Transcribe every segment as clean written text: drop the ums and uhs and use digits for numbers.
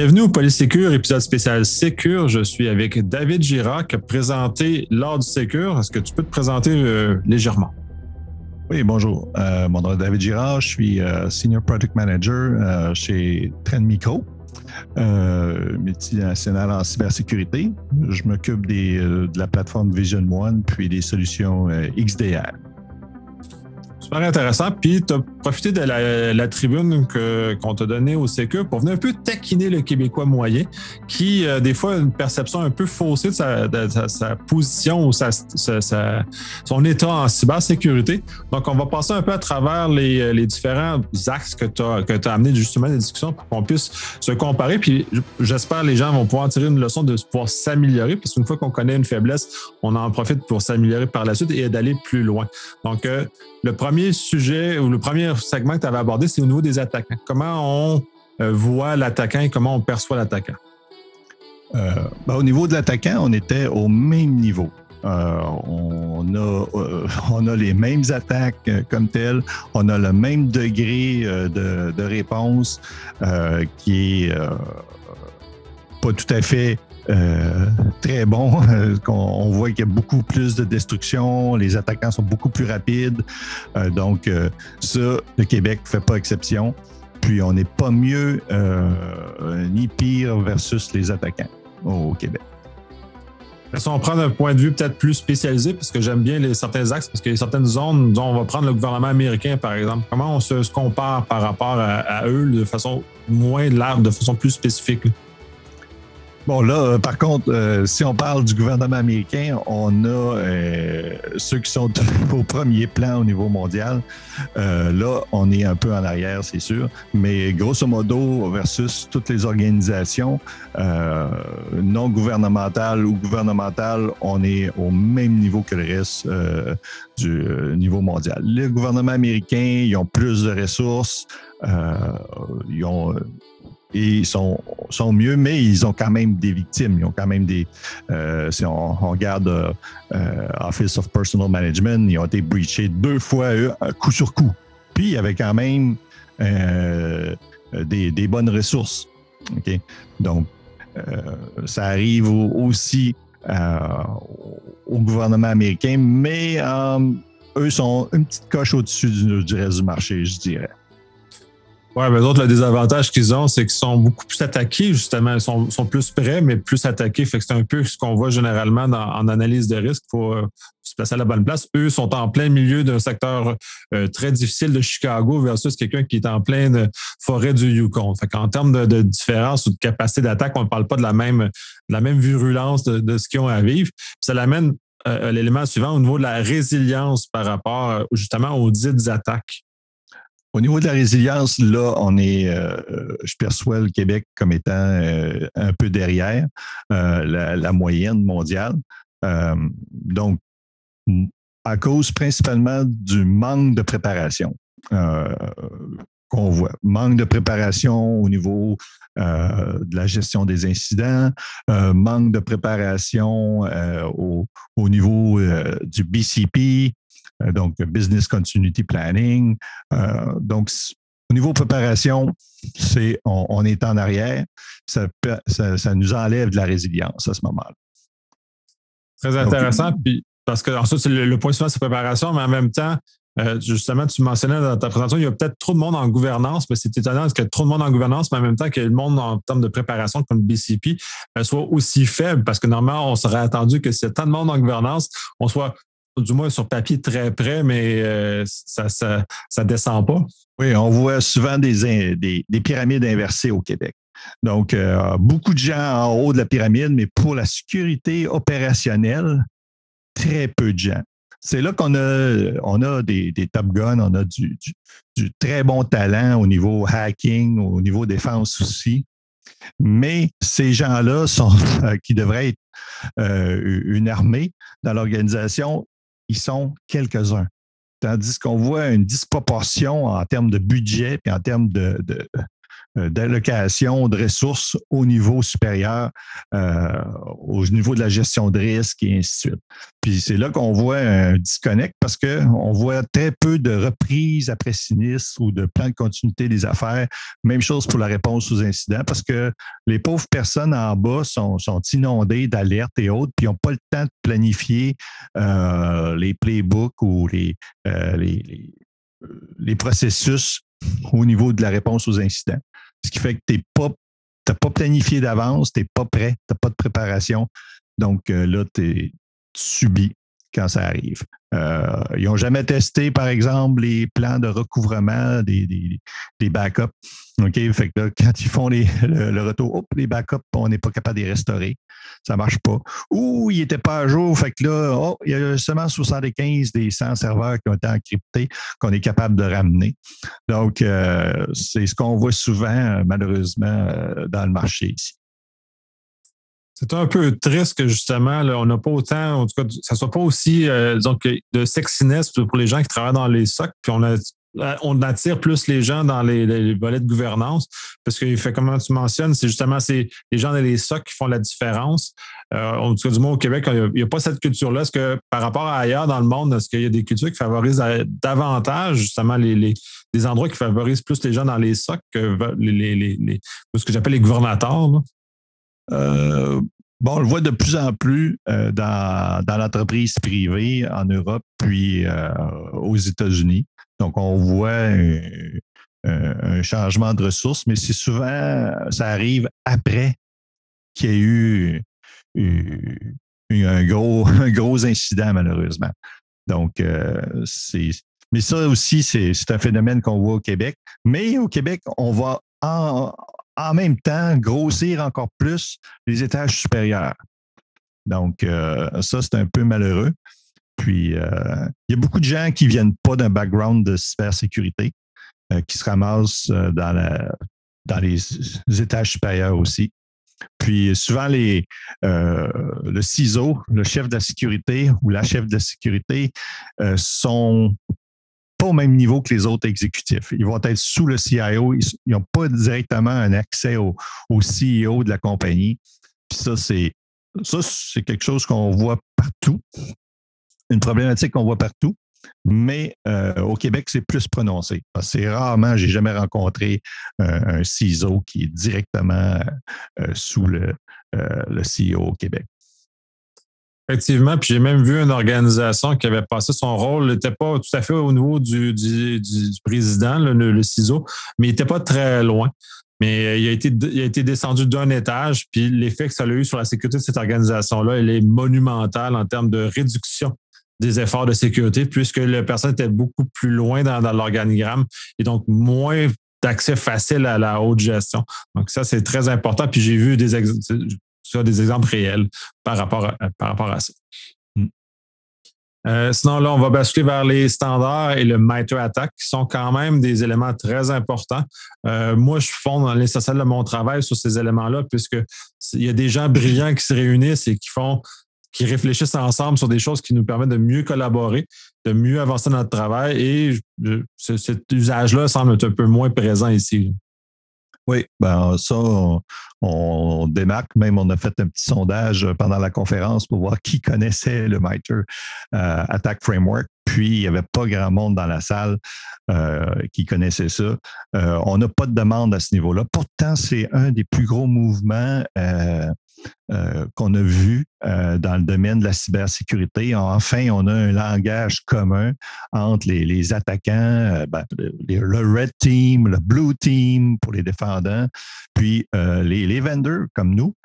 Bienvenue au Polysécure, épisode spécial Sécure. Je suis avec David Girard qui a présenté lors du Sécure. Est-ce que tu peux te présenter légèrement? Oui, bonjour. Mon nom est David Girard. Je suis Senior Product Manager chez Trend Micro, multinational en cybersécurité. Je m'occupe de la plateforme Vision One puis des solutions XDR. Super intéressant. Puis, tu as profité de la tribune qu'on t'a donnée au Sécure pour venir un peu taquiner le Québécois moyen qui, des fois, a une perception un peu faussée de sa position ou son état en cybersécurité. Donc, on va passer un peu à travers les différents axes que tu as amenés justement des discussions pour qu'on puisse se comparer. Puis, j'espère que les gens vont pouvoir tirer une leçon de pouvoir s'améliorer parce qu'une fois qu'on connaît une faiblesse, on en profite pour s'améliorer par la suite et d'aller plus loin. Donc, le premier sujet ou le premier segment que tu avais abordé, c'est au niveau des attaquants. Comment on voit l'attaquant et comment on perçoit l'attaquant? Au niveau de l'attaquant, on était au même niveau. On a les mêmes attaques comme telles. On a le même degré de réponse qui est pas tout à fait très bon. On voit qu'il y a beaucoup plus de destruction, les attaquants sont beaucoup plus rapides. Donc, ça, le Québec ne fait pas exception. Puis, on n'est pas mieux ni pire versus les attaquants au Québec. Si on prend un point de vue peut-être plus spécialisé, parce que j'aime bien certains axes, parce qu'il y a certaines zones dont on va prendre le gouvernement américain, par exemple. Comment on se compare par rapport à eux de façon moins large, de façon plus spécifique? Bon, là, par contre, si on parle du gouvernement américain, on a ceux qui sont au premier plan au niveau mondial. Là, on est un peu en arrière, c'est sûr. Mais grosso modo, versus toutes les organisations non gouvernementales ou gouvernementales, on est au même niveau que le reste du niveau mondial. Le gouvernement américain, ils ont plus de ressources. Ils sont mieux, mais ils ont quand même des victimes. Ils ont quand même des... si on regarde Office of Personal Management, ils ont été breachés 2 fois coup sur coup. Puis, il y avait quand même des bonnes ressources. Okay? Donc, ça arrive aussi au gouvernement américain, mais eux sont une petite coche au-dessus du reste du marché, je dirais. Oui, mais d'autres, le désavantage qu'ils ont, c'est qu'ils sont beaucoup plus attaqués, justement. Ils sont plus prêts, mais plus attaqués. Fait que c'est un peu ce qu'on voit généralement en analyse de risque pour se placer à la bonne place. Eux sont en plein milieu d'un secteur très difficile de Chicago versus quelqu'un qui est en pleine forêt du Yukon. Fait qu'en termes de différence ou de capacité d'attaque, on ne parle pas de la même virulence de ce qu'ils ont à vivre. Puis ça l'amène à l'élément suivant au niveau de la résilience par rapport justement aux dites attaques. Au niveau de la résilience, là, je perçois le Québec comme étant un peu derrière la moyenne mondiale. Donc, à cause principalement du manque de préparation qu'on voit. Manque de préparation au niveau de la gestion des incidents, manque de préparation au niveau du BCP, donc Business Continuity Planning. Donc, au niveau préparation, on est en arrière. Ça nous enlève de la résilience à ce moment-là. Très intéressant. Donc, puis, parce que ensuite, c'est le point suivant, c'est préparation, mais en même temps, justement, tu mentionnais dans ta présentation, il y a peut-être trop de monde en gouvernance, mais c'est étonnant qu'il y ait trop de monde en gouvernance, mais en même temps que le monde en termes de préparation comme BCP soit aussi faible, parce que normalement, on serait attendu que s'il y a tant de monde en gouvernance, on soit du moins sur papier très près, mais ça descend pas. Oui, on voit souvent des pyramides inversées au Québec. Donc, beaucoup de gens en haut de la pyramide, mais pour la sécurité opérationnelle, très peu de gens. C'est là qu'on a des top guns, on a du très bon talent au niveau hacking, au niveau défense aussi. Mais ces gens-là qui devraient être une armée dans l'organisation, ils sont quelques-uns. Tandis qu'on voit une disproportion en termes de budget et en termes d'allocation de ressources au niveau supérieur, au niveau de la gestion de risque et ainsi de suite. Puis c'est là qu'on voit un disconnect parce qu'on voit très peu de reprises après sinistre ou de plan de continuité des affaires. Même chose pour la réponse aux incidents parce que les pauvres personnes en bas sont inondées d'alertes et autres, puis ils n'ont pas le temps de planifier les playbooks ou les processus au niveau de la réponse aux incidents. Ce qui fait que tu n'as pas planifié d'avance, tu n'es pas prêt, tu n'as pas de préparation. Donc là, tu subis quand ça arrive. Ils n'ont jamais testé, par exemple, les plans de recouvrement des backups. OK? Fait que là, quand ils font le retour, les backups, on n'est pas capable de les restaurer. Ça ne marche pas. Ou ils n'étaient pas à jour. Fait que là, il y a seulement 75 des 100 serveurs qui ont été encryptés qu'on est capable de ramener. Donc, c'est ce qu'on voit souvent, malheureusement, dans le marché ici. C'est un peu triste que justement, là, on n'a pas autant, en tout cas, ça ne soit pas aussi de sexiness pour les gens qui travaillent dans les SOC, puis on attire plus les gens dans les volets de gouvernance, parce que comme tu mentionnes, c'est les gens dans les SOC qui font la différence. En tout cas, du moins au Québec, il n'y a pas cette culture-là. Est-ce que par rapport à ailleurs dans le monde, est-ce qu'il y a des cultures qui favorisent davantage justement des endroits qui favorisent plus les gens dans les SOC que ce que j'appelle les gouvernateurs, là? On le voit de plus en plus dans l'entreprise privée en Europe puis aux États-Unis. Donc, on voit un changement de ressources, mais c'est souvent, ça arrive après qu'il y ait eu un gros incident, malheureusement. Donc, mais ça aussi, c'est un phénomène qu'on voit au Québec. Mais au Québec, on va en même temps grossir encore plus les étages supérieurs. Donc, ça, c'est un peu malheureux. Puis, il y a beaucoup de gens qui ne viennent pas d'un background de cybersécurité, qui se ramassent dans les étages supérieurs aussi. Puis, souvent, le CISO, le chef de la sécurité ou la chef de la sécurité sont pas au même niveau que les autres exécutifs. Ils vont être sous le CIO. Ils n'ont pas directement un accès au CEO de la compagnie. Puis ça, c'est quelque chose qu'on voit partout. Une problématique qu'on voit partout. Mais au Québec, c'est plus prononcé. C'est rarement, j'ai jamais rencontré un CISO qui est directement sous le CEO au Québec. Effectivement, puis j'ai même vu une organisation qui avait passé son rôle, n'était pas tout à fait au niveau du président, le CISO, mais il n'était pas très loin. Mais il a été descendu d'un étage, puis l'effet que ça a eu sur la sécurité de cette organisation-là, elle est monumentale en termes de réduction des efforts de sécurité, puisque la personne était beaucoup plus loin dans l'organigramme et donc moins d'accès facile à la haute gestion. Donc ça, c'est très important. Puis j'ai vu des exemples réels par rapport à ça. Sinon, là, on va basculer vers les standards et le MITRE ATT&CK, qui sont quand même des éléments très importants. Moi, je fonde dans l'essentiel de mon travail sur ces éléments-là, puisqu'il y a des gens brillants qui se réunissent et qui réfléchissent ensemble sur des choses qui nous permettent de mieux collaborer, de mieux avancer dans notre travail. Et cet usage-là semble être un peu moins présent ici. Oui, ça, on démarque. Même, on a fait un petit sondage pendant la conférence pour voir qui connaissait le MITRE ATT&CK Framework. Puis, il n'y avait pas grand monde dans la salle qui connaissait ça. On n'a pas de demande à ce niveau-là. Pourtant, c'est un des plus gros mouvements qu'on a vu dans le domaine de la cybersécurité. Enfin, on a un langage commun entre les attaquants, le Red Team, le Blue Team pour les défendants, puis les vendors comme nous.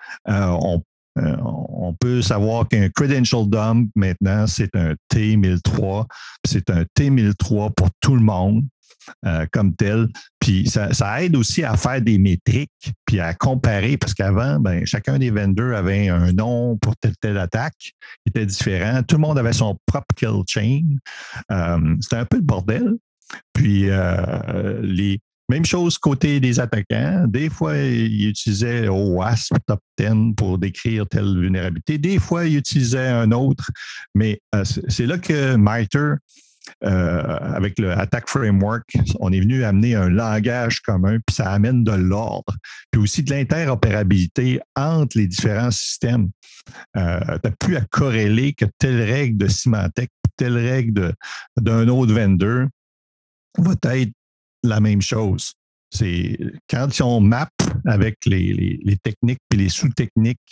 On peut savoir qu'un credential dump, maintenant, c'est un T1003. C'est un T1003 pour tout le monde. Comme tel. Puis ça aide aussi à faire des métriques puis à comparer parce qu'avant, chacun des vendors avait un nom pour telle attaque qui était différent. Tout le monde avait son propre kill chain. C'était un peu le bordel. Puis même chose côté des attaquants. Des fois, ils utilisaient OWASP Top 10 pour décrire telle vulnérabilité. Des fois, ils utilisaient un autre. Mais c'est là que MITRE avec le Attack Framework, on est venu amener un langage commun, puis ça amène de l'ordre, puis aussi de l'interopérabilité entre les différents systèmes. Tu n'as plus à corréler que telle règle de Symantec, telle règle d'un autre vendor va être la même chose. C'est quand on map avec les techniques et les sous-techniques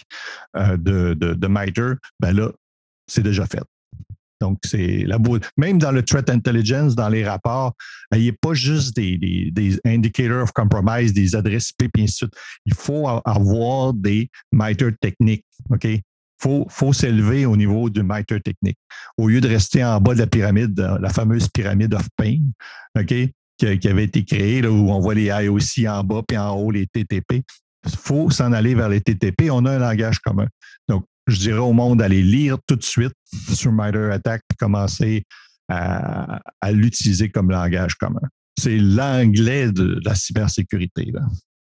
de MITRE, ben là, c'est déjà fait. Donc, c'est la beauté. Même dans le threat intelligence, dans les rapports, il n'y a pas juste des indicators of compromise, des adresses IP, et ainsi de suite. Il faut avoir des MITRE techniques. OK? Faut s'élever au niveau du MITRE technique. Au lieu de rester en bas de la pyramide, la fameuse pyramide of pain, OK? Qui avait été créée, là, où on voit les IOC en bas, puis en haut, les TTP. Il faut s'en aller vers les TTP. On a un langage commun. Donc, je dirais au monde d'aller lire tout de suite sur MITRE ATT&CK et commencer à l'utiliser comme langage commun. C'est l'anglais de la cybersécurité, là.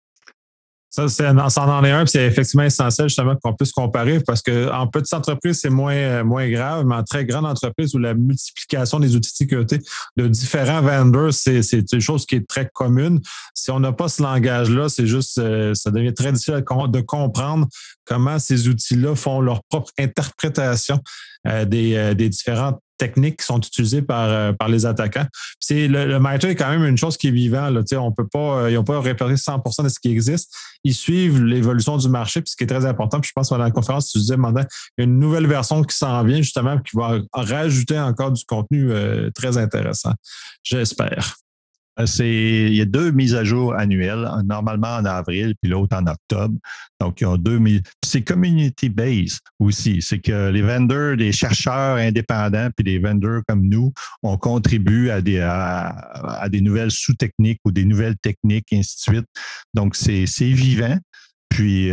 Ça en est un, puis c'est effectivement essentiel justement qu'on puisse comparer parce qu'en petites entreprises, c'est moins grave, mais en très grande entreprise où la multiplication des outils de sécurité de différents vendors, c'est une chose qui est très commune. Si on n'a pas ce langage-là, c'est juste, ça devient très difficile de comprendre comment ces outils-là font leur propre interprétation des différentes techniques qui sont utilisées par les attaquants. C'est le MITRE est quand même une chose qui est vivante. Là, on peut pas, ils n'ont pas répertorié 100% de ce qui existe. Ils suivent l'évolution du marché, puis ce qui est très important. Puis je pense que dans la conférence, tu disais, il y a une nouvelle version qui s'en vient justement, qui va rajouter encore du contenu très intéressant. J'espère. Il y a 2 mises à jour annuelles, normalement en avril, puis l'autre en octobre. Donc, il y a 2 mises. C'est community-based aussi. C'est que les vendors, des chercheurs indépendants, puis des vendors comme nous, on contribue à des nouvelles sous-techniques ou des nouvelles techniques, et ainsi de suite. Donc, c'est vivant. Puis,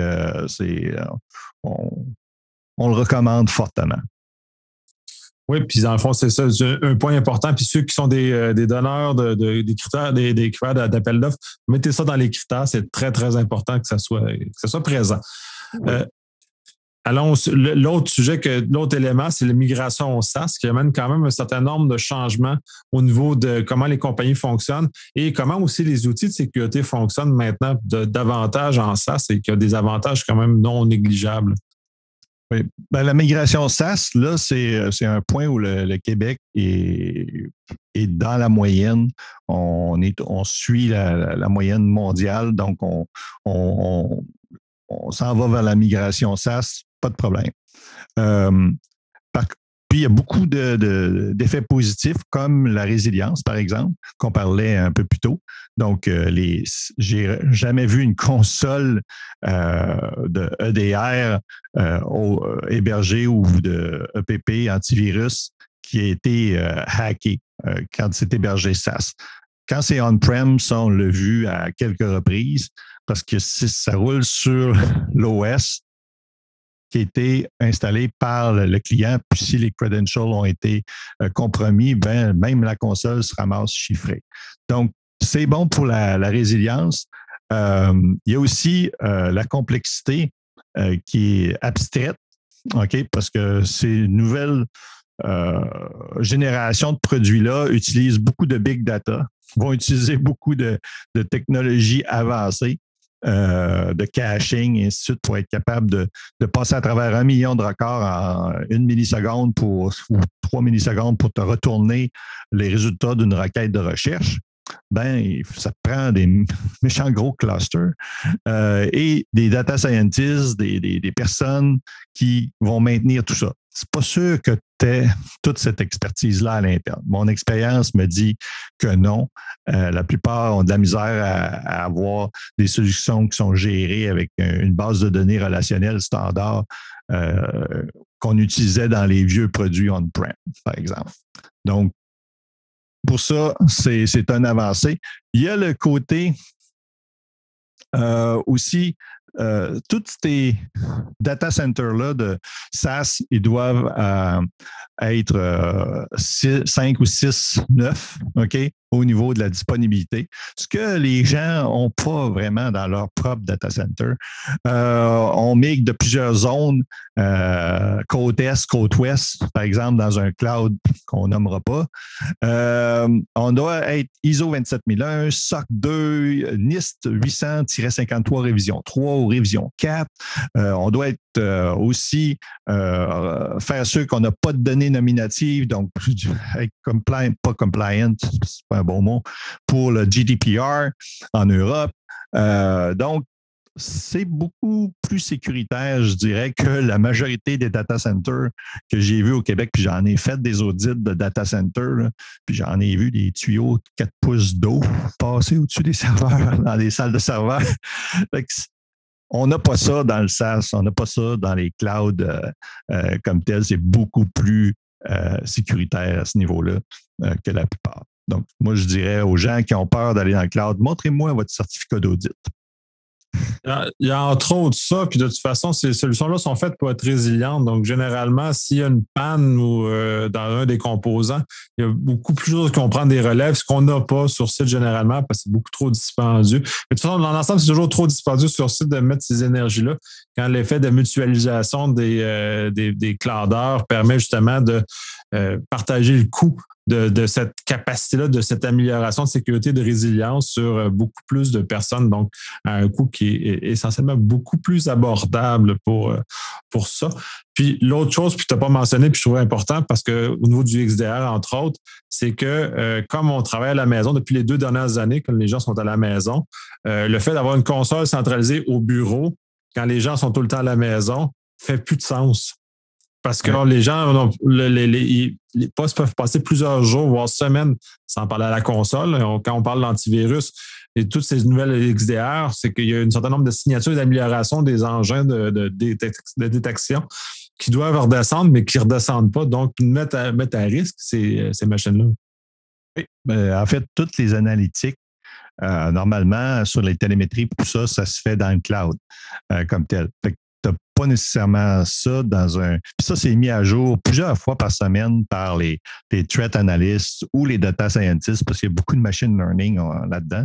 on le recommande fortement. Oui, puis dans le fond, c'est ça, un point important. Puis ceux qui sont des donneurs des critères, des critères d'appel d'offres, mettez ça dans les critères. C'est très, très important que ça soit présent. Oui. Allons, l'autre élément, c'est la migration au SaaS, qui amène quand même un certain nombre de changements au niveau de comment les compagnies fonctionnent et comment aussi les outils de sécurité fonctionnent maintenant davantage en SaaS et qu'il y a des avantages quand même non négligeables. Oui. Ben, la migration SaaS, là, c'est un point où le Québec est dans la moyenne. On suit la moyenne mondiale, donc on s'en va vers la migration SaaS, pas de problème. Puis, il y a beaucoup d'effets positifs, comme la résilience, par exemple, qu'on parlait un peu plus tôt. Donc, j'ai jamais vu une console de EDR hébergée ou de EPP antivirus qui a été hacké quand c'est hébergé SaaS. Quand c'est on-prem, ça, on l'a vu à quelques reprises, parce que si ça roule sur l'OS, qui a été installé par le client, puis si les credentials ont été compromis, ben, même la console se ramasse chiffrée. Donc, c'est bon pour la résilience. Il y a aussi la complexité qui est abstraite, OK, parce que ces nouvelles générations de produits-là utilisent beaucoup de big data, vont utiliser beaucoup de technologies avancées. De caching et ainsi de suite pour être capable de passer à travers 1 million de records en 1 milliseconde ou 3 millisecondes pour te retourner les résultats d'une requête de recherche. Ben, ça prend des méchants gros clusters et des data scientists, des personnes qui vont maintenir tout ça. C'est pas sûr que tu aies toute cette expertise-là à l'interne. Mon expérience me dit que non. La plupart ont de la misère à avoir des solutions qui sont gérées avec une base de données relationnelle standard qu'on utilisait dans les vieux produits on-prem, par exemple. Donc, pour ça, c'est un avancé. Il y a le côté aussi, tous ces data centers-là de SaaS, ils doivent être 5 ou 6, 9, OK, au niveau de la disponibilité. Ce que les gens n'ont pas vraiment dans leur propre data center. On migre de plusieurs zones, côte est, côte ouest, par exemple, dans un cloud qu'on nommera pas. On doit être ISO 27001, SOC 2, NIST 800-53 révision 3 ou révision 4. On doit être aussi faire sûr qu'on n'a pas de données nominatives, donc être pas compliant, c'est pas un bon mot, pour le GDPR en Europe. Donc, c'est beaucoup plus sécuritaire, je dirais, que la majorité des data centers que j'ai vus au Québec. Puis j'en ai fait des audits de data centers, là, puis j'en ai vu des tuyaux de 4 pouces d'eau passer au-dessus des serveurs, dans les salles de serveurs. On n'a pas ça dans le SaaS, on n'a pas ça dans les clouds comme tel. C'est beaucoup plus sécuritaire à ce niveau-là que la plupart. Donc, moi, je dirais aux gens qui ont peur d'aller dans le cloud, montrez-moi votre certificat d'audit. Il y a entre autres ça, puis de toute façon, ces solutions-là sont faites pour être résilientes. Donc, généralement, s'il y a une panne ou dans un des composants, il y a beaucoup plus de choses qu'on prend des relèves, ce qu'on n'a pas sur site généralement parce que c'est beaucoup trop dispendieux. Mais de toute façon, dans l'ensemble, c'est toujours trop dispendieux sur site de mettre ces énergies-là quand l'effet de mutualisation des cloudeurs permet justement de partager le coût de cette capacité-là, de cette amélioration de sécurité, de résilience sur beaucoup plus de personnes, donc à un coût qui est essentiellement beaucoup plus abordable pour ça. Puis l'autre chose, puis tu n'as pas mentionné, puis je trouve important parce qu'au niveau du XDR, entre autres, c'est que comme on travaille à la maison depuis les 2 dernières années, quand les gens sont à la maison, le fait d'avoir une console centralisée au bureau, quand les gens sont tout le temps à la maison, fait plus de sens. Parce que les gens, les postes peuvent passer plusieurs jours, voire semaines, sans parler à la console. Quand on parle d'antivirus et toutes ces nouvelles XDR, c'est qu'il y a un certain nombre de signatures d'amélioration des engins de détection qui doivent redescendre, mais qui ne redescendent pas. Donc, mettre à risque ces machines-là. Oui. En fait, toutes les analytiques, normalement, sur les télémétries, tout ça, ça se fait dans le cloud comme tel. Fait que tu n'as pas nécessairement ça dans un... Puis ça, c'est mis à jour plusieurs fois par semaine par les threat analysts ou les data scientists parce qu'il y a beaucoup de machine learning là-dedans.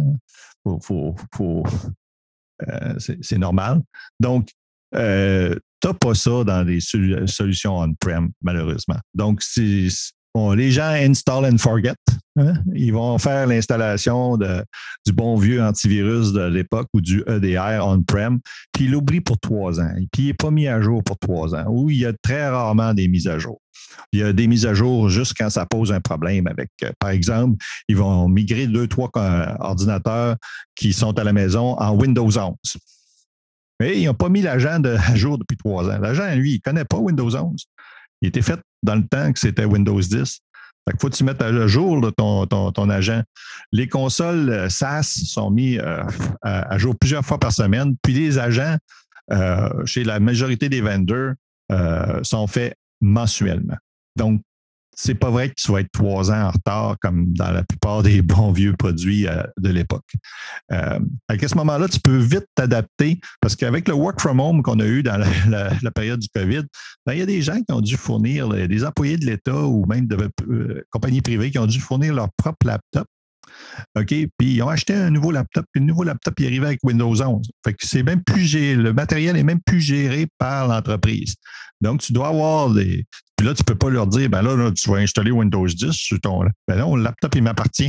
C'est normal. Donc, tu n'as pas ça dans des solutions on-prem, malheureusement. Donc, les gens install and forget. Hein? Ils vont faire l'installation du bon vieux antivirus de l'époque ou du EDR on-prem, puis ils l'oublient pour 3 ans. Et puis, il n'est pas mis à jour pour 3 ans. Ou il y a très rarement des mises à jour. Il y a des mises à jour juste quand ça pose un problème avec, par exemple, ils vont migrer 2-3 ordinateurs qui sont à la maison en Windows 11. Mais ils n'ont pas mis l'agent à jour depuis 3 ans. L'agent, lui, il ne connaît pas Windows 11. Il était fait dans le temps que c'était Windows 10. Fait qu'il faut que tu mettes à jour là, ton agent. Les consoles SaaS sont mis à jour plusieurs fois par semaine, puis les agents, chez la majorité des vendors, sont faits mensuellement. Donc, c'est pas vrai que tu vas être 3 ans en retard comme dans la plupart des bons vieux produits de l'époque. À ce moment-là, tu peux vite t'adapter parce qu'avec le work from home qu'on a eu dans la période du COVID, ben, il y a des gens qui ont dû fournir, des employés de l'État ou même de compagnies privées qui ont dû fournir leur propre laptop. OK? Puis ils ont acheté un nouveau laptop, puis le nouveau laptop il arrivait avec Windows 11. Fait que c'est même plus le matériel est même plus géré par l'entreprise. Donc, tu dois avoir des. Puis là, tu ne peux pas leur dire, ben là, tu vas installer Windows 10 sur ton. Ben non, le laptop, il m'appartient.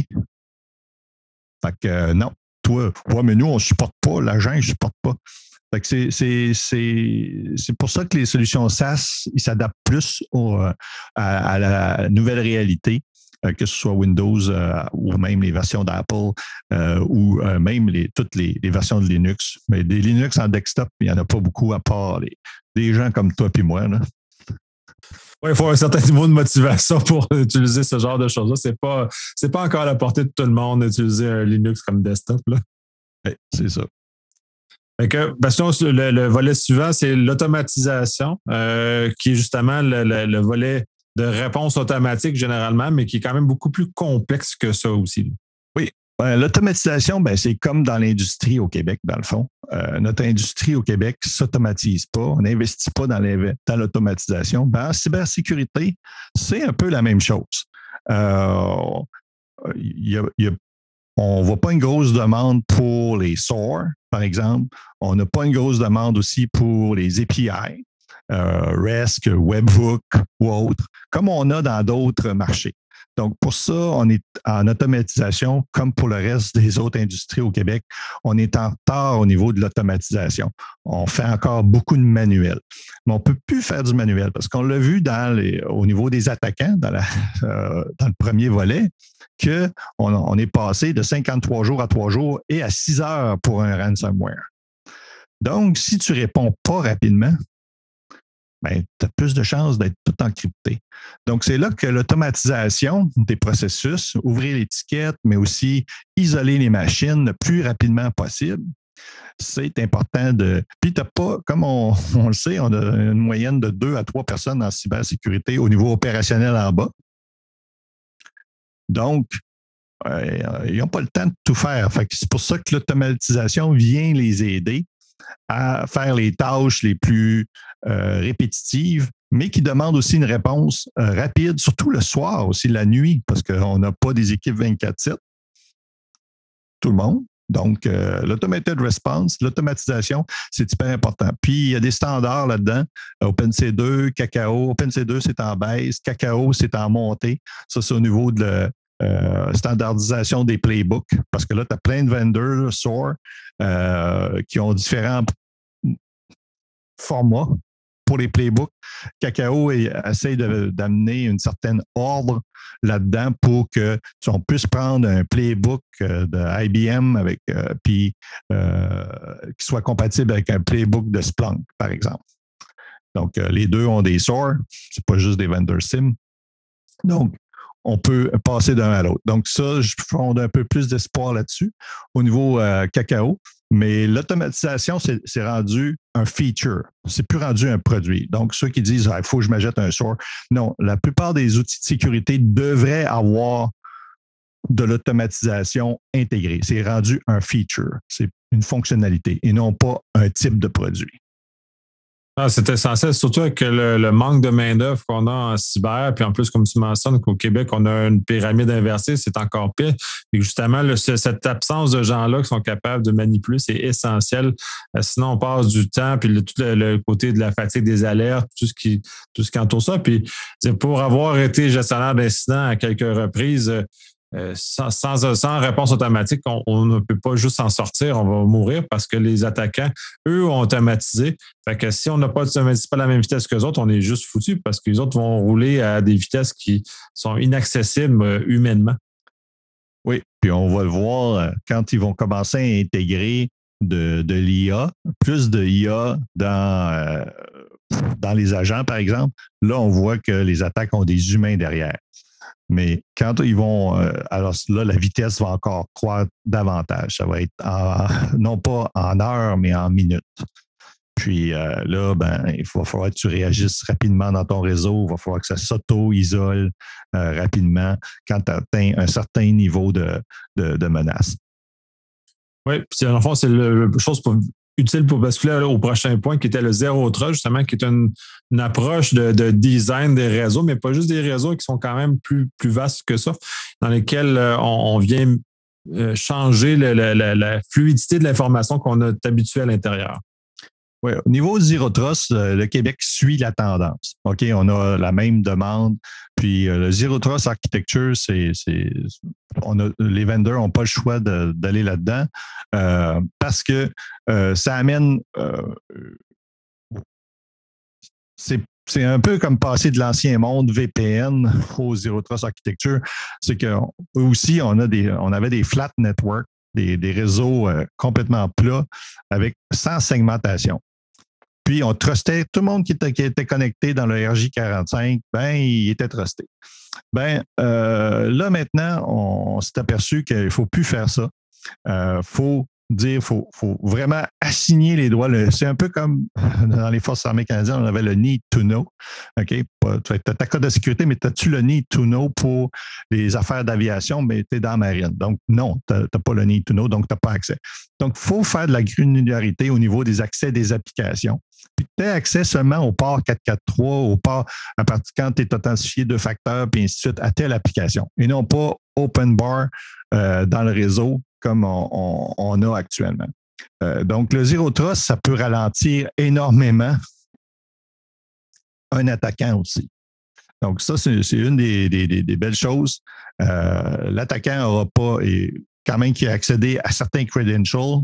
Fait que non. Toi, ouais, mais nous, on ne supporte pas, l'agent, il ne supporte pas. Fait que c'est pour ça que les solutions SaaS, ils s'adaptent plus à la nouvelle réalité. Que ce soit Windows ou même les versions d'Apple ou même toutes les versions de Linux. Mais des Linux en desktop, il n'y en a pas beaucoup à part des gens comme toi et moi. Oui, il faut un certain niveau de motivation pour utiliser ce genre de choses-là. C'est pas encore à la portée de tout le monde d'utiliser un Linux comme desktop. Là. Oui, c'est ça. Bastien, le volet suivant, c'est l'automatisation, qui est justement le volet de réponse automatique généralement, mais qui est quand même beaucoup plus complexe que ça aussi. Oui, L'automatisation, c'est comme dans l'industrie au Québec, dans le fond. Notre industrie au Québec ne s'automatise pas, on n'investit pas dans l'automatisation. En cybersécurité, c'est un peu la même chose. On ne voit pas une grosse demande pour les SOAR, par exemple. On n'a pas une grosse demande aussi pour les API, REST, Webhook ou autres, comme on a dans d'autres marchés. Donc, pour ça, on est en automatisation, comme pour le reste des autres industries au Québec, on est en retard au niveau de l'automatisation. On fait encore beaucoup de manuels. Mais on ne peut plus faire du manuel parce qu'on l'a vu au niveau des attaquants, dans le premier volet, qu'on est passé de 53 jours à 3 jours et à 6 heures pour un ransomware. Donc, si tu ne réponds pas rapidement, tu as plus de chances d'être tout encrypté. Donc, c'est là que l'automatisation des processus, ouvrir l'étiquette, mais aussi isoler les machines le plus rapidement possible, c'est important de. Puis, tu n'as pas, comme on le sait, on a une moyenne de 2 à 3 personnes en cybersécurité au niveau opérationnel en bas. Donc, ils n'ont pas le temps de tout faire. C'est pour ça que l'automatisation vient les aider à faire les tâches les plus répétitives, mais qui demandent aussi une réponse rapide, surtout le soir, aussi la nuit, parce qu'on n'a pas des équipes 24/7, tout le monde. Donc, l'automated response, l'automatisation, c'est hyper important. Puis, il y a des standards là-dedans. OpenC2, Cacao. OpenC2, c'est en baisse. Cacao, c'est en montée. Ça, c'est au niveau de standardisation des playbooks, parce que là, tu as plein de vendors, SOAR, qui ont différents formats pour les playbooks. Cacao essaie d'amener une certaine ordre là-dedans pour qu'on puisse prendre un playbook de IBM puis qui soit compatible avec un playbook de Splunk, par exemple. Donc, les deux ont des SOAR, c'est pas juste des vendor sim. Donc, on peut passer d'un à l'autre. Donc, ça, je fonde un peu plus d'espoir là-dessus au niveau Cacao. Mais l'automatisation, c'est rendu un feature. C'est plus rendu un produit. Donc, ceux qui disent il faut que je m'achète un SOAR. Non, la plupart des outils de sécurité devraient avoir de l'automatisation intégrée. C'est rendu un feature. C'est une fonctionnalité et non pas un type de produit. C'est essentiel, surtout avec le manque de main-d'œuvre qu'on a en cyber. Puis en plus, comme tu mentionnes, qu'au Québec, on a une pyramide inversée, c'est encore pire. Et justement, cette absence de gens-là qui sont capables de manipuler, c'est essentiel. Sinon, on passe du temps, puis tout le côté de la fatigue des alertes, tout ce qui entoure ça. Puis pour avoir été gestionnaire d'incidents à quelques reprises, sans réponse automatique, on ne peut pas juste s'en sortir, on va mourir parce que les attaquants, eux, ont automatisé. Fait que si on n'a pas la même vitesse que les autres, on est juste foutu parce que les autres vont rouler à des vitesses qui sont inaccessibles humainement. Oui, puis on va le voir quand ils vont commencer à intégrer de l'IA, plus de IA dans les agents, par exemple. Là, on voit que les attaques ont des humains derrière. Mais quand ils vont, alors là, la vitesse va encore croître davantage. Ça va être non pas en heures, mais en minutes. Puis là, il va falloir que tu réagisses rapidement dans ton réseau. Il va falloir que ça s'auto-isole rapidement quand tu atteins un certain niveau de menace. Oui, puis dans le fond, c'est la chose utile pour basculer au prochain point qui était le Zero Trust, justement, qui est une approche de design des réseaux, mais pas juste des réseaux qui sont quand même plus vastes que ça, dans lesquels on vient changer la fluidité de l'information qu'on est habitué à l'intérieur. Oui, au niveau Zero Trust, le Québec suit la tendance. OK, on a la même demande. Puis le Zero Trust Architecture, les vendors n'ont pas le choix d'aller là-dedans parce que ça amène. C'est un peu comme passer de l'ancien monde VPN au Zero Trust Architecture. C'est que aussi, on avait des flat networks, des réseaux complètement plats sans segmentation. Puis, on trustait tout le monde qui était connecté dans le RJ45, il était trusté. Là, maintenant, on s'est aperçu qu'il ne faut plus faire ça. Il faut dire faut vraiment assigner les droits. C'est un peu comme dans les Forces armées canadiennes, on avait le need to know. OK? Tu as ta code de sécurité, mais as-tu le need to know pour les affaires d'aviation? Mais tu es dans la marine. Donc, non, tu n'as pas le need to know, donc tu n'as pas accès. Donc, il faut faire de la granularité au niveau des accès des applications. Puis tu as accès seulement au port 443, au port à partir quand tu es authentifié de facteurs, puis ainsi de suite, à telle application. Et non pas open bar dans le réseau comme on a actuellement. Donc, le Zero Trust, ça peut ralentir énormément un attaquant aussi. Donc, ça, c'est une des belles choses. L'attaquant n'aura pas, et quand même qui a accédé à certains credentials,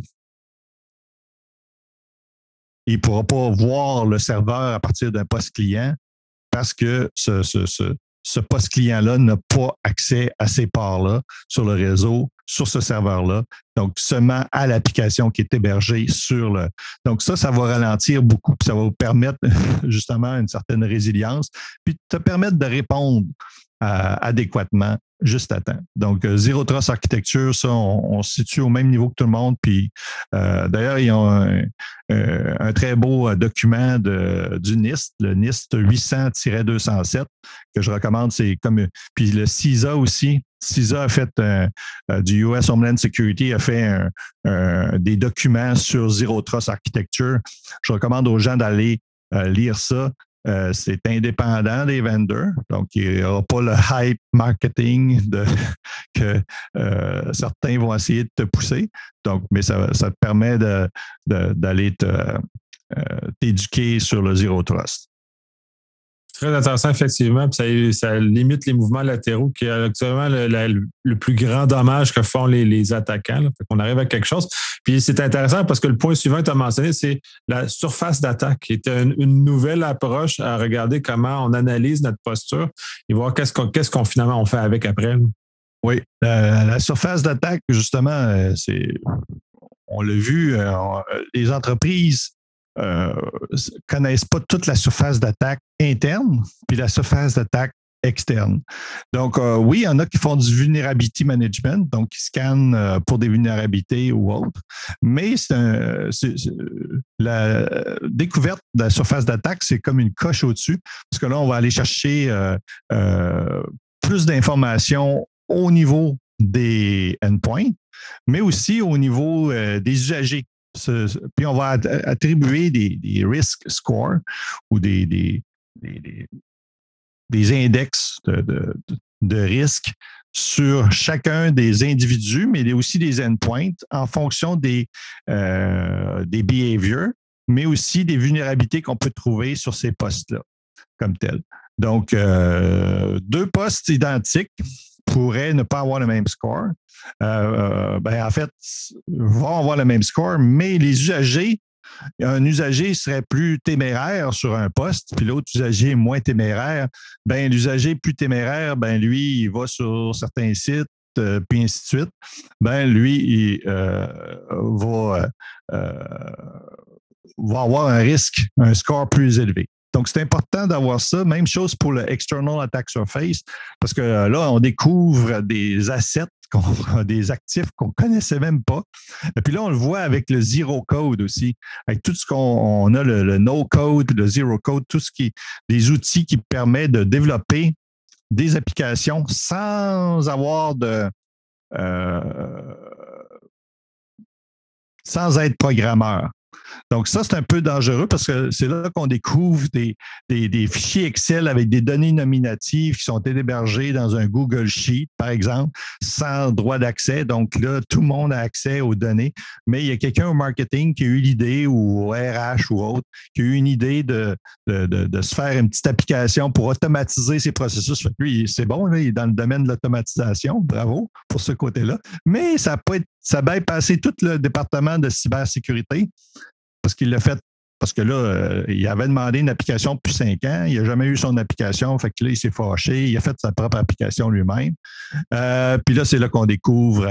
il ne pourra pas voir le serveur à partir d'un poste client parce que ce poste client-là n'a pas accès à ces parts-là sur le réseau, sur ce serveur-là. Donc, seulement à l'application qui est hébergée sur le... Donc, ça va ralentir beaucoup, puis ça va vous permettre justement une certaine résilience, puis te permettre de répondre adéquatement juste à temps. Donc, Zero Trust Architecture, ça, on se situe au même niveau que tout le monde. Puis, d'ailleurs, ils ont un très beau document du NIST, le NIST 800-207, que je recommande. C'est comme... Puis le CISA aussi. CISA a fait du US Homeland Security, a fait des documents sur Zero Trust Architecture. Je recommande aux gens d'aller lire ça. C'est indépendant des vendors, donc il n'y aura pas le hype marketing que certains vont essayer de te pousser. Donc, mais ça te permet d'aller t'éduquer sur le Zero Trust. Très intéressant, effectivement. Puis ça limite les mouvements latéraux, qui est actuellement le plus grand dommage que font les attaquants. Là. Fait qu'on arrive à quelque chose. Puis c'est intéressant parce que le point suivant que tu as mentionné, c'est la surface d'attaque, qui est une nouvelle approche à regarder comment on analyse notre posture et voir qu'est-ce qu'on finalement on fait avec après. Là. Oui, la surface d'attaque, justement, on l'a vu, les entreprises connaissent pas toute la surface d'attaque interne puis la surface d'attaque externe. Donc, oui, il y en a qui font du vulnerability management, donc qui scannent pour des vulnérabilités ou autres, mais la découverte de la surface d'attaque, c'est comme une coche au-dessus, parce que là, on va aller chercher plus d'informations au niveau des endpoints, mais aussi au niveau des usagers. Puis on va attribuer des risk scores ou des index de risque sur chacun des individus, mais aussi des endpoints en fonction des behaviors, mais aussi des vulnérabilités qu'on peut trouver sur ces postes-là comme tels. Donc, deux postes identiques pourraient ne pas avoir le même score. En fait, vont avoir le même score, mais les usagers, un usager serait plus téméraire sur un poste, puis l'autre usager moins téméraire. Ben, l'usager plus téméraire, ben lui, il va sur certains sites, puis ainsi de suite. Ben, lui, il va avoir un risque, un score plus élevé. Donc, c'est important d'avoir ça. Même chose pour le External Attack Surface, parce que là, on découvre des assets, des actifs qu'on ne connaissait même pas. Et puis là, on le voit avec le Zero Code aussi, avec tout ce qu'on a, le No Code, le Zero Code, tout ce qui est des outils qui permettent de développer des applications sans avoir sans être programmeur. Donc, ça, c'est un peu dangereux parce que c'est là qu'on découvre des fichiers Excel avec des données nominatives qui sont hébergées dans un Google Sheet, par exemple, sans droit d'accès. Donc, là, tout le monde a accès aux données, mais il y a quelqu'un au marketing qui a eu l'idée, ou au RH ou autre, qui a eu une idée de se faire une petite application pour automatiser ces processus. Lui, c'est bon, là, il est dans le domaine de l'automatisation. Bravo pour ce côté-là. Mais ça va passer tout le département de cybersécurité parce qu'il l'a fait, parce que là, il avait demandé une application depuis 5 ans, il n'a jamais eu son application, fait que là, il s'est fâché, il a fait sa propre application lui-même. Puis là, c'est là qu'on découvre,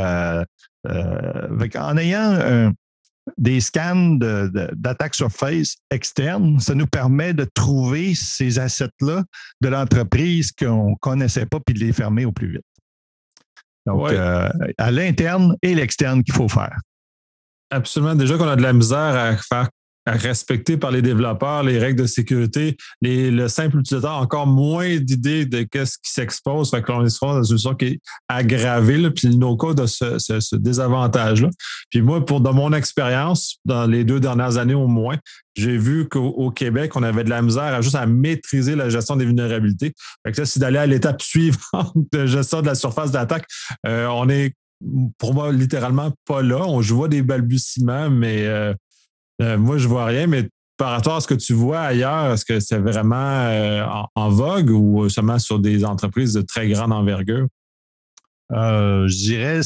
en ayant des scans d'attaque surface externe, ça nous permet de trouver ces assets-là de l'entreprise qu'on ne connaissait pas puis de les fermer au plus vite. Donc, à l'interne et l'externe qu'il faut faire. Absolument. Déjà qu'on a de la misère à respecter par les développeurs les règles de sécurité, le simple utilisateur a encore moins d'idées de qu'est-ce qui s'expose. Fait qu'on est souvent dans une situation qui est aggravée, là, puis le no-code a ce désavantage-là. Puis moi, dans mon expérience, dans les 2 dernières années au moins, j'ai vu qu'au Québec, on avait de la misère juste à maîtriser la gestion des vulnérabilités. Fait que là, c'est d'aller à l'étape suivante de gestion de la surface d'attaque. On est pour moi, littéralement pas là. Je vois des balbutiements, mais moi, je vois rien. Mais par rapport à ce que tu vois ailleurs, est-ce que c'est vraiment en vogue ou seulement sur des entreprises de très grande envergure? Je dirais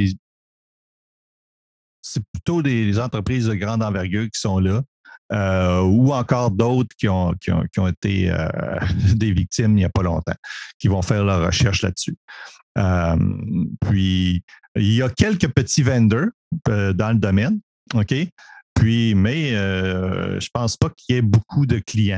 c'est plutôt des entreprises de grande envergure qui sont là. Ou encore d'autres qui ont été des victimes il n'y a pas longtemps, qui vont faire leur recherche là-dessus. Puis, il y a quelques petits vendors dans le domaine, OK? Puis, mais je pense pas qu'il y ait beaucoup de clients,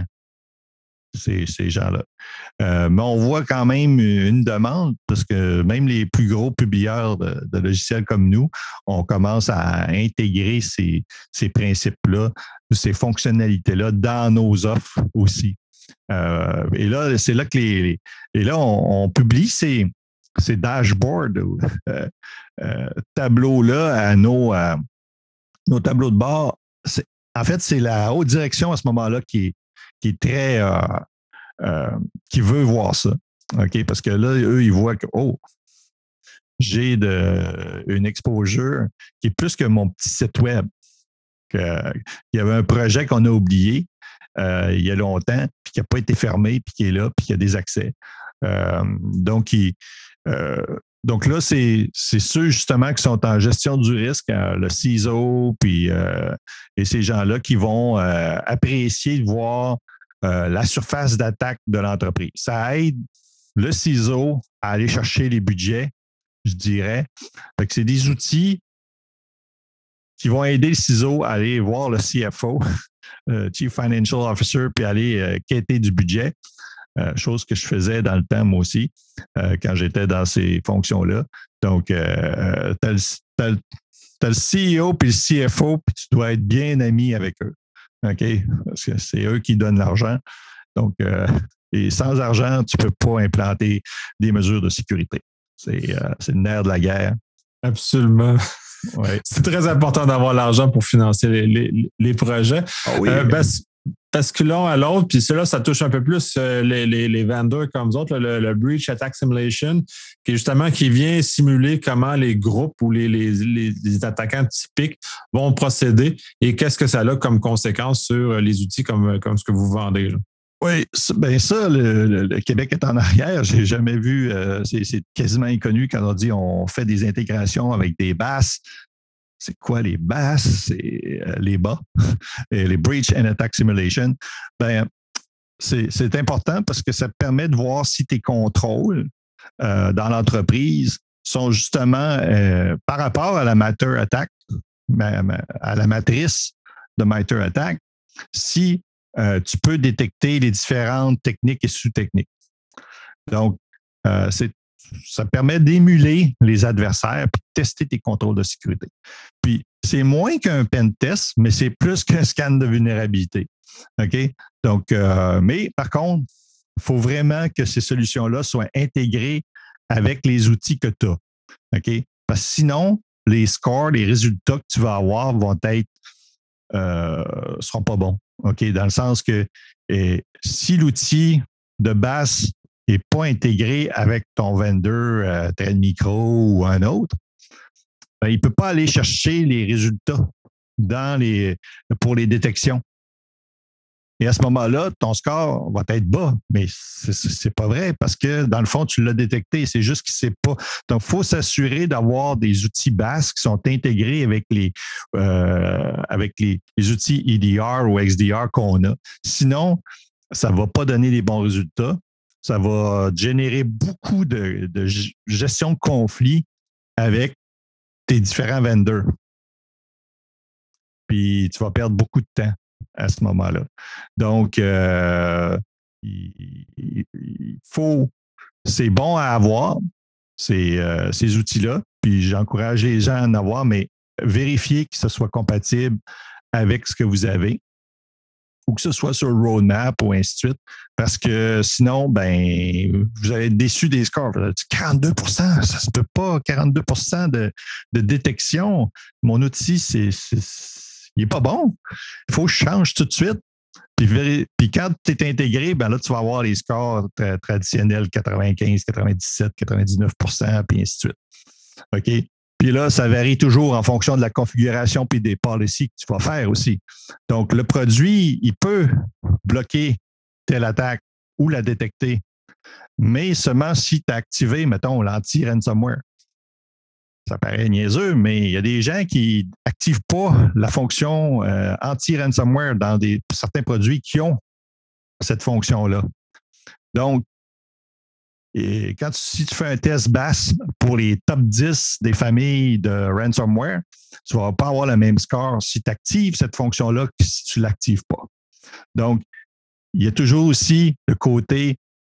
ces gens-là. Mais on voit quand même une demande parce que même les plus gros publieurs de logiciels comme nous, on commence à intégrer ces principes-là, ces fonctionnalités-là dans nos offres aussi. Et là, c'est là que et là, on publie ces dashboards, tableaux-là à nos tableaux de bord. En fait, c'est la haute direction à ce moment-là qui est très qui veut voir ça. OK? Parce que là, eux, ils voient que j'ai une exposure qui est plus que mon petit site web. Il y avait un projet qu'on a oublié il y a longtemps, puis qui n'a pas été fermé, puis qui est là, puis qui a des accès. Donc là, c'est ceux justement qui sont en gestion du risque, le CISO, puis et ces gens-là qui vont apprécier de voir la surface d'attaque de l'entreprise. Ça aide le CISO à aller chercher les budgets, je dirais. Fait que c'est des outils qui vont aider le CISO à aller voir le CFO, Chief Financial Officer, puis aller quêter du budget. Chose que je faisais dans le temps, moi aussi, quand j'étais dans ces fonctions-là. Donc, tu as le CEO puis le CFO, puis tu dois être bien ami avec eux. OK? Parce que c'est eux qui donnent l'argent. Donc, et sans argent, tu ne peux pas implanter des mesures de sécurité. C'est le nerf de la guerre. Absolument. Ouais. C'est très important d'avoir l'argent pour financer les projets. Ah oui. Basculons à l'autre, puis cela, ça touche un peu plus les vendors comme nous autres, le Breach Attack Simulation, qui vient simuler comment les groupes ou les attaquants typiques vont procéder et qu'est-ce que ça a comme conséquence sur les outils comme ce que vous vendez. Là. Oui, bien ça, le Québec est en arrière. J'ai jamais vu, c'est quasiment inconnu quand on dit on fait des intégrations avec des BAS. C'est quoi les BAS? C'est les bas, et les Breach and Attack Simulation. Ben, c'est important parce que ça permet de voir si tes contrôles dans l'entreprise sont justement par rapport à la Matter Attack, à la matrice de Matter Attack, si tu peux détecter les différentes techniques et sous-techniques. Donc, ça permet d'émuler les adversaires et de tester tes contrôles de sécurité. Puis, c'est moins qu'un pen test, mais c'est plus qu'un scan de vulnérabilité. OK? Donc, mais par contre, il faut vraiment que ces solutions-là soient intégrées avec les outils que tu as. OK? Parce que sinon, les scores, les résultats que tu vas avoir vont être seront pas bons. OK? Dans le sens que si l'outil de base n'est pas intégré avec ton vendor Trend Micro ou un autre, ben, il ne peut pas aller chercher les résultats pour les détections. Et à ce moment-là, ton score va être bas, mais c'est pas vrai parce que dans le fond, tu l'as détecté. C'est juste qu'il ne sait pas. Donc, il faut s'assurer d'avoir des outils BAS qui sont intégrés avec les outils EDR ou XDR qu'on a. Sinon, ça ne va pas donner les bons résultats. Ça va générer beaucoup de gestion de conflits avec tes différents vendors. Puis, tu vas perdre beaucoup de temps à ce moment-là. Donc, c'est bon à avoir, ces outils-là, puis j'encourage les gens à en avoir, mais vérifier que ce soit compatible avec ce que vous avez, ou que ce soit sur le roadmap ou ainsi de suite, parce que sinon, vous allez être déçu des scores. 42 ça se peut pas, 42 de détection. Mon outil, il n'est pas bon. Il faut que je change tout de suite. Puis quand tu es intégré, là, tu vas avoir les scores traditionnels, 95, 97, 99 puis ainsi de suite. OK? Puis là, ça varie toujours en fonction de la configuration puis des policies que tu vas faire aussi. Donc, le produit, il peut bloquer telle attaque ou la détecter, mais seulement si tu as activé, mettons, l'anti-ransomware. Ça paraît niaiseux, mais il y a des gens qui n'activent pas la fonction anti-ransomware dans certains produits qui ont cette fonction-là. Donc, si tu fais un test BAS pour les top 10 des familles de ransomware, tu ne vas pas avoir le même score si tu actives cette fonction-là que si tu ne l'actives pas. Donc, il y a toujours aussi le côté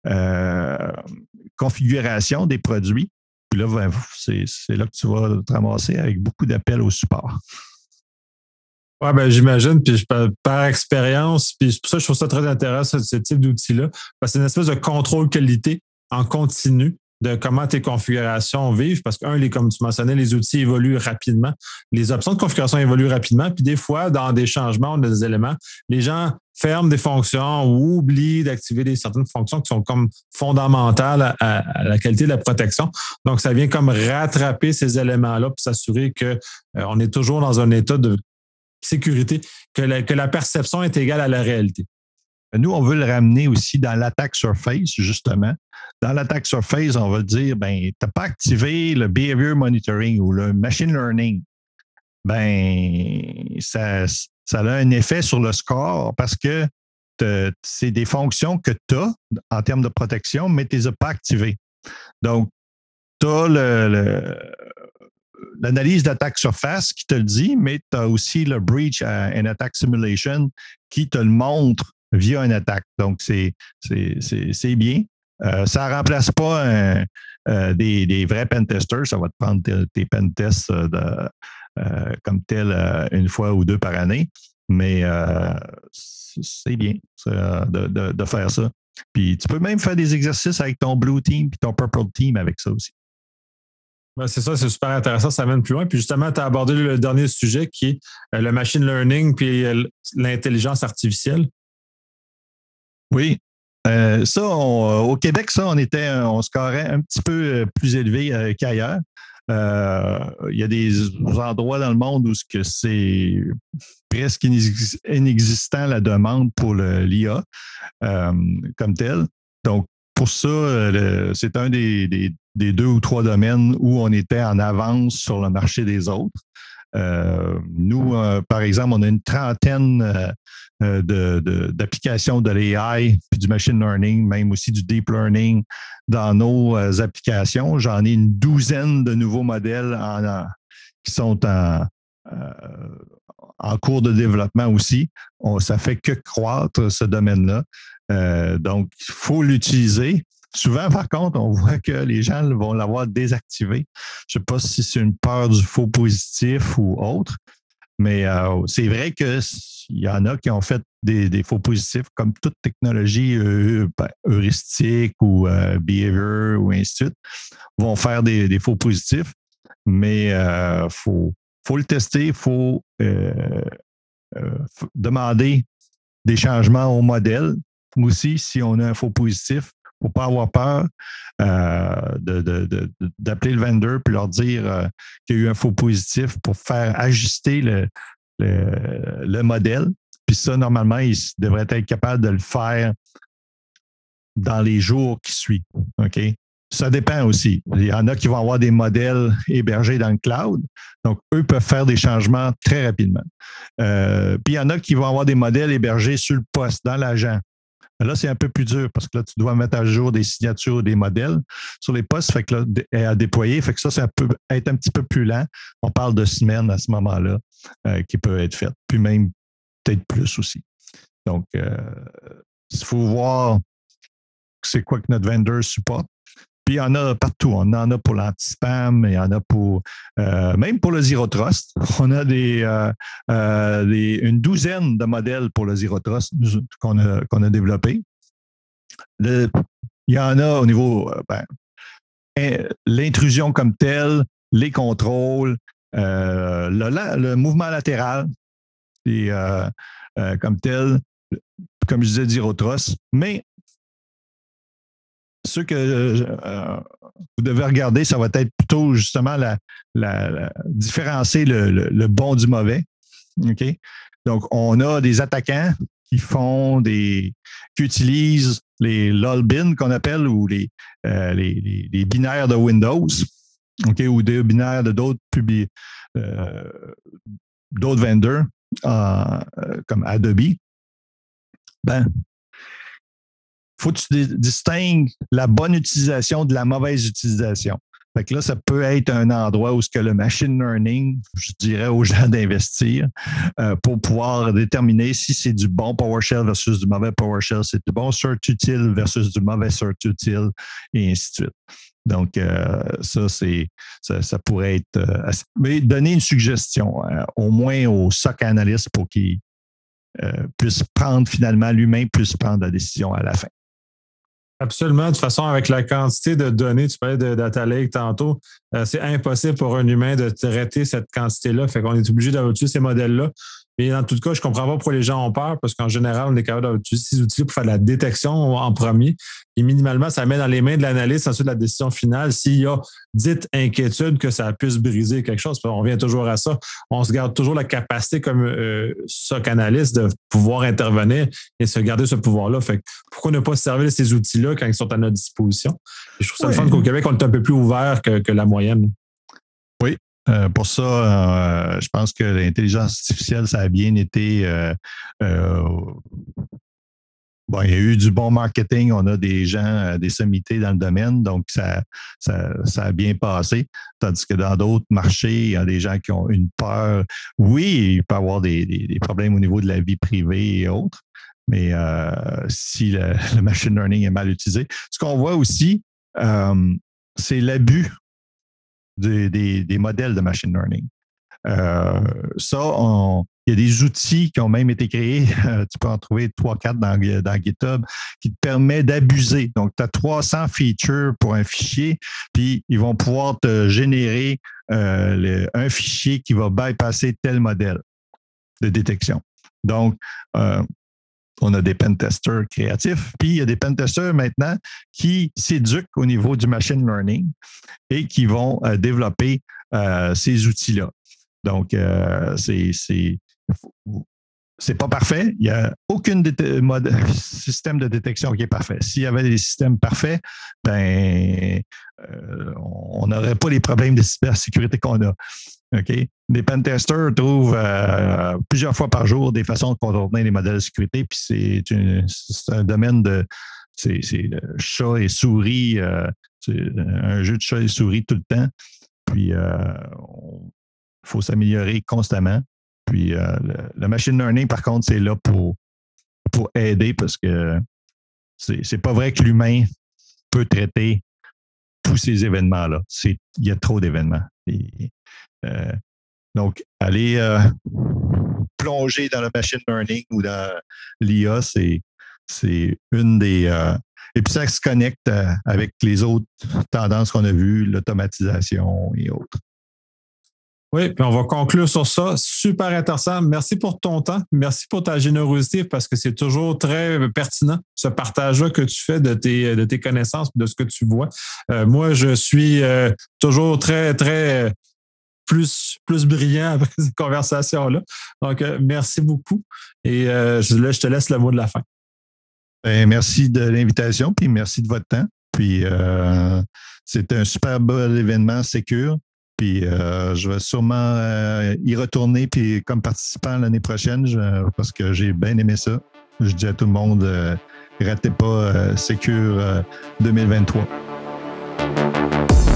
configuration des produits. Puis là, c'est là que tu vas te ramasser avec beaucoup d'appels au support. Oui, j'imagine, puis par expérience, puis c'est pour ça que je trouve ça très intéressant, ce type d'outil-là, parce que c'est une espèce de contrôle qualité en continu de comment tes configurations vivent, parce que, comme tu mentionnais, les outils évoluent rapidement, les options de configuration évoluent rapidement, puis des fois, dans des changements des éléments, les gens ferment des fonctions ou oublient d'activer certaines fonctions qui sont comme fondamentales à la qualité de la protection. Donc, ça vient comme rattraper ces éléments-là pour s'assurer qu'on est toujours dans un état de sécurité, que la perception est égale à la réalité. Nous, on veut le ramener aussi dans l'attaque surface, justement. Dans l'attaque surface, on va dire, tu n'as pas activé le behavior monitoring ou le machine learning. Ça a un effet sur le score parce que c'est des fonctions que tu as en termes de protection, mais tu ne les as pas activées. Donc, tu as l'analyse d'attaque surface qui te le dit, mais tu as aussi le breach and attack simulation qui te le montre via une attaque. Donc, c'est bien. Ça ne remplace pas des vrais pentesters. Ça va te prendre tes pentests comme tel une fois ou deux par année. Mais c'est bien de faire ça. Puis, tu peux même faire des exercices avec ton Blue Team et ton Purple Team avec ça aussi. C'est ça, c'est super intéressant, ça mène plus loin. Puis justement, tu as abordé le dernier sujet qui est le machine learning puis l'intelligence artificielle. Oui. Au Québec, on scorait un petit peu plus élevé qu'ailleurs. Il y a des endroits dans le monde où c'est presque inexistant la demande pour l'IA comme tel. Donc, pour ça, c'est un des 2 ou 3 domaines où on était en avance sur le marché des autres. Nous, par exemple, on a une trentaine d'applications de l'AI, puis du machine learning, même aussi du deep learning dans nos applications. J'en ai une douzaine de nouveaux modèles qui sont en cours de développement aussi. Ça fait que croître ce domaine-là. Donc, il faut l'utiliser. Souvent, par contre, on voit que les gens vont l'avoir désactivé. Je ne sais pas si c'est une peur du faux positif ou autre, mais c'est vrai qu'il y en a qui ont fait des faux positifs, comme toute technologie heuristique ou behavior ou ainsi de suite, vont faire des faux positifs, mais faut le tester, il faut demander des changements au modèle. Aussi, si on a un faux positif, il ne faut pas avoir peur d'appeler le vendeur et leur dire qu'il y a eu un faux positif pour faire ajuster le modèle. Puis ça, normalement, ils devraient être capables de le faire dans les jours qui suivent. OK? Ça dépend aussi. Il y en a qui vont avoir des modèles hébergés dans le cloud. Donc, eux peuvent faire des changements très rapidement. Puis il y en a qui vont avoir des modèles hébergés sur le poste, dans l'agent. Là, c'est un peu plus dur parce que là, tu dois mettre à jour des signatures des modèles sur les postes, fait que là, à déployer, fait que ça peut être un petit peu plus lent. On parle de semaines à ce moment-là qui peuvent être faites, puis même peut-être plus aussi. Donc, il faut voir c'est quoi que notre vendor supporte. Puis il y en a partout. On en a pour l'anti-spam, il y en a pour même pour le Zero Trust. On a une douzaine de modèles pour le Zero Trust qu'on a développés. Il y en a au niveau l'intrusion comme telle, les contrôles, le mouvement latéral et comme tel, comme je disais, Zero Trust. Mais ce que vous devez regarder, ça va être plutôt justement différencier le bon du mauvais. OK? Donc, on a des attaquants qui utilisent les LOLBIN qu'on appelle ou les binaires de Windows, OK, ou des binaires de d'autres vendors comme Adobe. Faut que tu distingues la bonne utilisation de la mauvaise utilisation. Fait que là, ça peut être un endroit où ce que le machine learning, je dirais aux gens d'investir pour pouvoir déterminer si c'est du bon PowerShell versus du mauvais PowerShell, c'est du bon cert utile versus du mauvais cert utile, et ainsi de suite. Donc, ça pourrait être... mais donner une suggestion, au moins au SOC analyst pour qu'il puisse prendre finalement, l'humain puisse prendre la décision à la fin. Absolument. De toute façon, avec la quantité de données, tu parlais de data lake tantôt, c'est impossible pour un humain de traiter cette quantité-là. Fait qu'on est obligé d'utiliser ces modèles-là. Mais dans tout cas, je ne comprends pas pourquoi les gens ont peur, parce qu'en général, on est capable d'utiliser ces outils pour faire de la détection en premier. Et minimalement, ça met dans les mains de l'analyste ensuite la décision finale. S'il y a dite inquiétude que ça puisse briser quelque chose, on revient toujours à ça. On se garde toujours la capacité comme SOC analyste de pouvoir intervenir et se garder ce pouvoir-là. Fait que pourquoi ne pas se servir de ces outils-là quand ils sont à notre disposition? Et je trouve ça le fun qu'au Québec, on est un peu plus ouvert que la moyenne. Oui. Pour ça, je pense que l'intelligence artificielle, ça a bien été. Il y a eu du bon marketing. On a des gens, des sommités dans le domaine, donc ça a bien passé. Tandis que dans d'autres marchés, il y a des gens qui ont une peur. Oui, il peut y avoir des problèmes au niveau de la vie privée et autres, mais si le machine learning est mal utilisé. Ce qu'on voit aussi, c'est l'abus des modèles de machine learning. Il y a des outils qui ont même été créés, tu peux en trouver 3-4 dans GitHub, qui te permettent d'abuser. Donc, tu as 300 features pour un fichier, puis ils vont pouvoir te générer un fichier qui va bypasser tel modèle de détection. Donc, on a des pentesters créatifs, puis il y a des pentesters maintenant qui s'éduquent au niveau du machine learning et qui vont développer ces outils-là. Donc, c'est pas parfait. Il n'y a aucun système de détection qui est parfait. S'il y avait des systèmes parfaits, on n'aurait pas les problèmes de cybersécurité qu'on a. OK? Les pentesters trouvent plusieurs fois par jour des façons de contourner les modèles de sécurité, puis c'est un domaine c'est le chat et souris, c'est un jeu de chat et souris tout le temps. Puis, il faut s'améliorer constamment. Puis, le machine learning, par contre, c'est là pour aider parce que c'est pas vrai que l'humain peut traiter tous ces événements-là. Il y a trop d'événements. Donc, aller plonger dans le machine learning ou dans l'IA, c'est une des... et puis ça se connecte avec les autres tendances qu'on a vues, l'automatisation et autres. Oui, puis on va conclure sur ça. Super intéressant. Merci pour ton temps. Merci pour ta générosité parce que c'est toujours très pertinent, ce partage-là que tu fais de tes connaissances, de ce que tu vois. Moi, je suis toujours très, très plus brillant après ces conversations-là. Donc, merci beaucoup. Et là, je te laisse le mot de la fin. Merci de l'invitation, puis merci de votre temps. Puis, c'est un super bel événement Secure. Puis, je vais sûrement y retourner puis comme participant l'année prochaine parce que j'ai bien aimé ça. Je dis à tout le monde, ratez pas Secure 2023.